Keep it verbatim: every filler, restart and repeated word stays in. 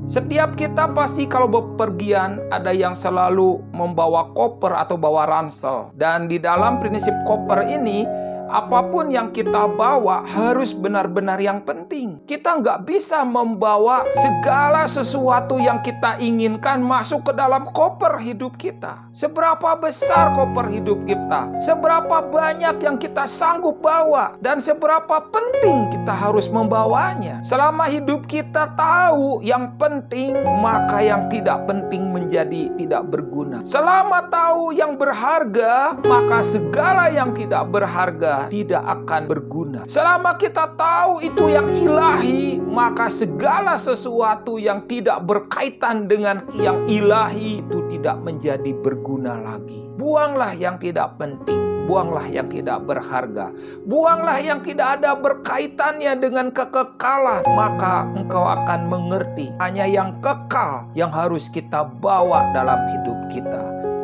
Setiap kita pasti kalau bepergian ada yang selalu membawa koper atau bawa ransel. Dan di dalam prinsip koper ini, apapun yang kita bawa harus benar-benar yang penting. Kita nggak bisa membawa segala sesuatu yang kita inginkan masuk ke dalam koper hidup kita. Seberapa besar koper hidup kita, seberapa banyak yang kita sanggup bawa, dan seberapa penting kita harus membawanya. Selama hidup kita tahu yang penting, maka yang tidak penting menjadi tidak berguna. Selama tahu yang berharga, maka segala yang tidak berharga tidak akan berguna. Selama kita tahu itu yang ilahi, maka segala sesuatu yang tidak berkaitan dengan yang ilahi itu tidak menjadi berguna lagi. Buanglah yang tidak penting, buanglah yang tidak berharga, buanglah yang tidak ada berkaitannya dengan kekekalan, maka engkau akan mengerti hanya yang kekal yang harus kita bawa dalam hidup kita.